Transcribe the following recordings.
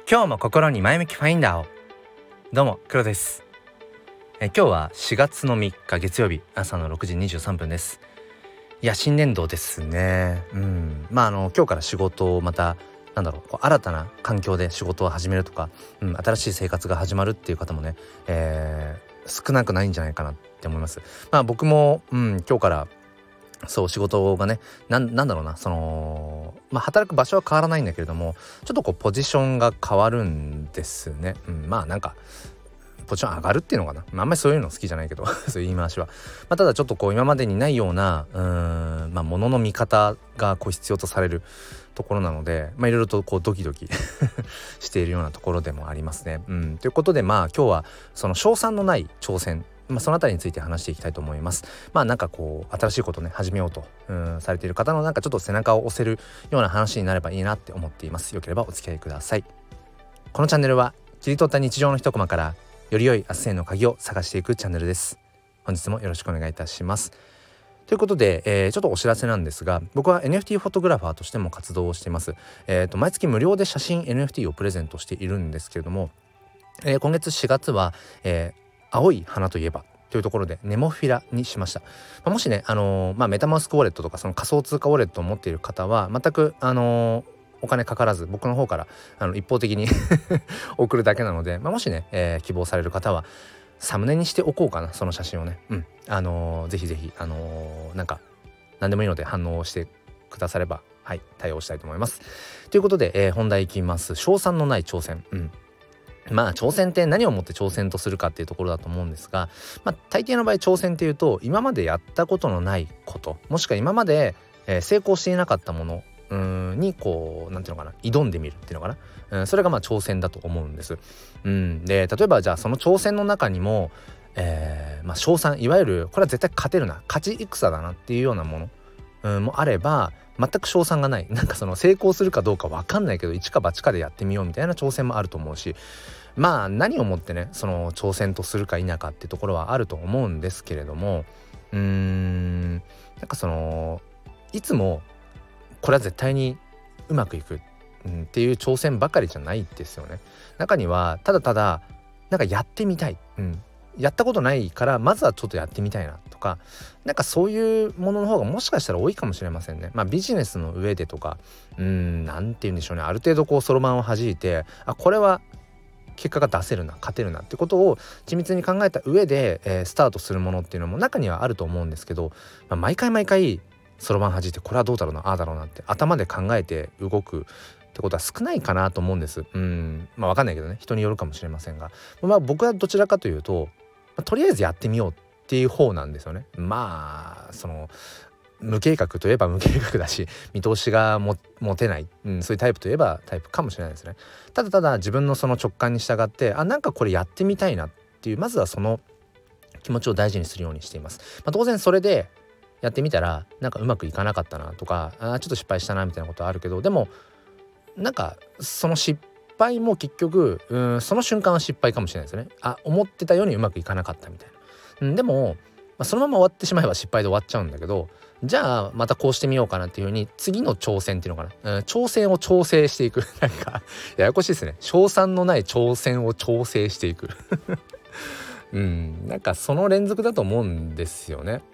今日も心に前向きファインダーを。どうも黒です。今日は4月の3日月曜日朝の6時23分です。いや新年度ですね。今日から仕事をまた新たな環境で仕事を始めるとか、新しい生活が始まるっていう方もね、少なくないんじゃないかなって思います。僕も、今日から仕事がね、働く場所は変わらないんだけれども、ちょっとポジションが変わるんですね。ポジション上がるっていうのかな、あんまりそういうの好きじゃないけどそういう言い回しは、ただちょっと今までにないようなものの見方が必要とされるところなので、いろいろとドキドキしているようなところでもありますね。ということで今日はその勝算のない挑戦、そのあたりについて話していきたいと思います。新しいことね始めようとされている方のちょっと背中を押せるような話になればいいなって思っています。よければお付き合いください。このチャンネルは切り取った日常の一コマからより良い明日への鍵を探していくチャンネルです。本日もよろしくお願いいたします。ということで、ちょっとお知らせなんですが、僕は NFT フォトグラファーとしても活動をしています。毎月無料で写真 NFT をプレゼントしているんですけれども、今月4月は、青い花といえばというところでネモフィラにしました。もしね、メタマスクウォレットとかその仮想通貨ウォレットを持っている方は全くお金かからず僕の方から一方的に送るだけなので、もしね、希望される方はサムネにしておこうかな、その写真をね。ぜひぜひ何でもいいので反応してくだされば対応したいと思います。ということで、本題いきます。勝算のない挑戦。挑戦って何をもって挑戦とするかっていうところだと思うんですが、大抵の場合挑戦っていうと今までやったことのないこと、もしくは今まで、成功していなかったものに挑んでみるっていうのかな、それが挑戦だと思うんです。で例えばじゃあその挑戦の中にも、勝算、いわゆるこれは絶対勝てるな、勝ち戦だなっていうようなもの、もあれば、全く勝算がない、成功するかどうか分かんないけど一か八かでやってみようみたいな挑戦もあると思うし、何をもってねその挑戦とするか否かっていうところはあると思うんですけれども、いつもこれは絶対にうまくいく、っていう挑戦ばかりじゃないですよね。中にはただただやってみたい、やったことないからまずはちょっとやってみたいなとか、そういうものの方がもしかしたら多いかもしれませんね。ビジネスの上でとか、なんて言うんでしょうね、ある程度そろばんを弾いて、これは結果が出せるな、勝てるなってことを緻密に考えた上で、スタートするものっていうのも中にはあると思うんですけど、毎回そろばん弾いてこれはどうだろうな、ああだろうなって頭で考えて動くってことは少ないかなと思うんです。分かんないけどね、人によるかもしれませんが、僕はどちらかというと、とりあえずやってみようっていう方なんですよね。無計画といえば無計画だし、見通しが持てない、そういうタイプといえばタイプかもしれないですね。ただ自分のその直感に従ってこれやってみたいなっていう、まずはその気持ちを大事にするようにしています。当然それでやってみたらうまくいかなかったなとか、ちょっと失敗したなみたいなことはあるけど、でもその失敗も結局その瞬間は失敗かもしれないですよね。思ってたようにうまくいかなかったみたいな。でも、そのまま終わってしまえば失敗で終わっちゃうんだけど、じゃあまたこうしてみようかなっていう風に次の挑戦っていうのかな、挑戦を調整していくややこしいですね。勝算のない挑戦を調整していくその連続だと思うんですよね。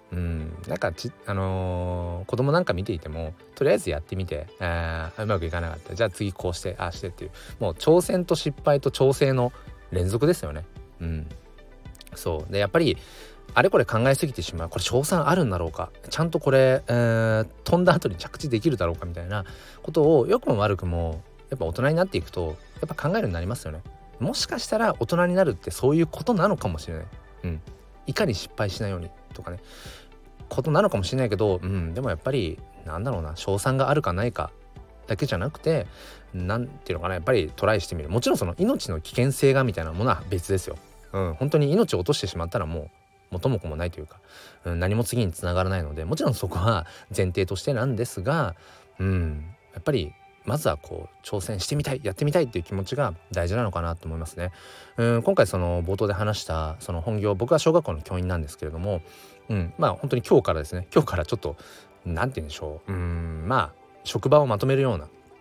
子供見ていてもとりあえずやってみて、うまくいかなかった、じゃあ次こうしてああしてっていう、もう挑戦と失敗と調整の連続ですよね。そうでやっぱりあれこれ考えすぎてしまう、これ勝算あるんだろうか、ちゃんとこれ、飛んだ後に着地できるだろうかみたいなことを良くも悪くもやっぱ大人になっていくとやっぱ考えるようになりますよね。もしかしたら大人になるってそういうことなのかもしれない。いかに失敗しないようにとかね、ことなのかもしれないけど、でもやっぱり勝算があるかないかだけじゃなくて、やっぱりトライしてみる。もちろんその命の危険性がみたいなものは別ですよ。本当に命を落としてしまったらもう元も子もないというか、何も次につながらないので、もちろんそこは前提としてなんですが、やっぱりまずは挑戦してみたい、やってみたいっていう気持ちが大事なのかなと思いますね。今回その冒頭で話したその本業、僕は小学校の教員なんですけれども、本当に今日からですね、ちょっとなんて言うんでしょう、職場をまとめるような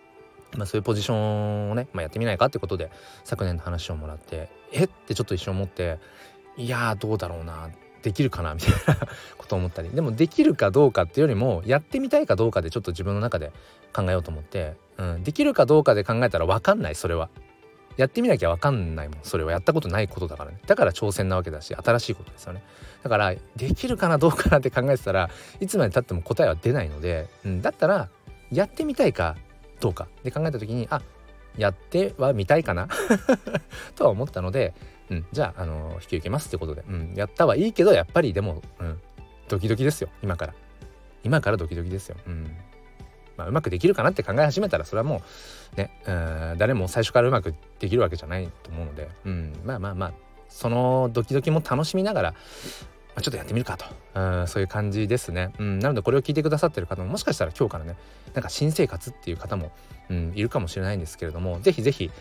そういうポジションをね、やってみないかってことで昨年の話をもらって、ってちょっと一瞬思って、いやーどうだろうな、できるかなみたいなことを思ったり、でもできるかどうかっていうよりもやってみたいかどうかでちょっと自分の中で考えようと思って、できるかどうかで考えたら分かんない。それはやってみなきゃ分かんないもん。それはやったことないことだからね。だから挑戦なわけだし、新しいことですよね。だからできるかなどうかなって考えてたらいつまで経っても答えは出ないので、だったらやってみたいかどうかで考えた時に、やってはみたいかなとは思ったので、じゃあ、引き受けますってことで、やったはいいけどやっぱりでも、ドキドキですよ。今からドキドキですよ。うまくできるかなって考え始めたら、それはもうね、誰も最初からうまくできるわけじゃないと思うので、そのドキドキも楽しみながら、ちょっとやってみるかと、そういう感じですね。なのでこれを聞いてくださってる方ももしかしたら今日からね、なんか新生活っていう方も、いるかもしれないんですけれども、ぜひぜひ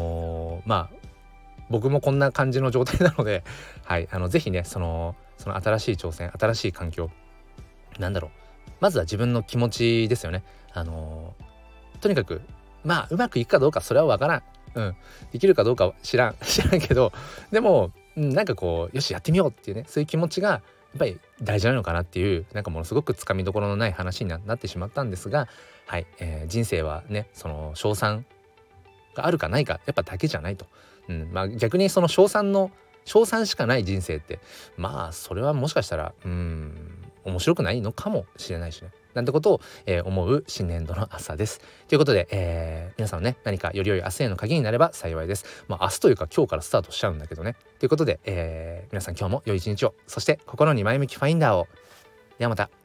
僕もこんな感じの状態なので、はい、ぜひね、その新しい挑戦、新しい環境、まずは自分の気持ちですよね。とにかくうまくいくかどうかそれは分からん、できるかどうかは知らんけど、でも、よしやってみようっていうね、そういう気持ちがやっぱり大事なのかなっていう、ものすごくつかみどころのない話になってしまったんですが、はい、人生はね、その賞賛があるかないかやっぱだけじゃないと、逆にその賞賛しかない人生って、それはもしかしたら面白くないのかもしれないしね、なんてことを、思う新年度の朝です。ということで、皆さんね、何かより良い明日への鍵になれば幸いです。明日というか今日からスタートしちゃうんだけどね。ということで、皆さん今日も良い一日を、そして心に前向きファインダーを。ではまた。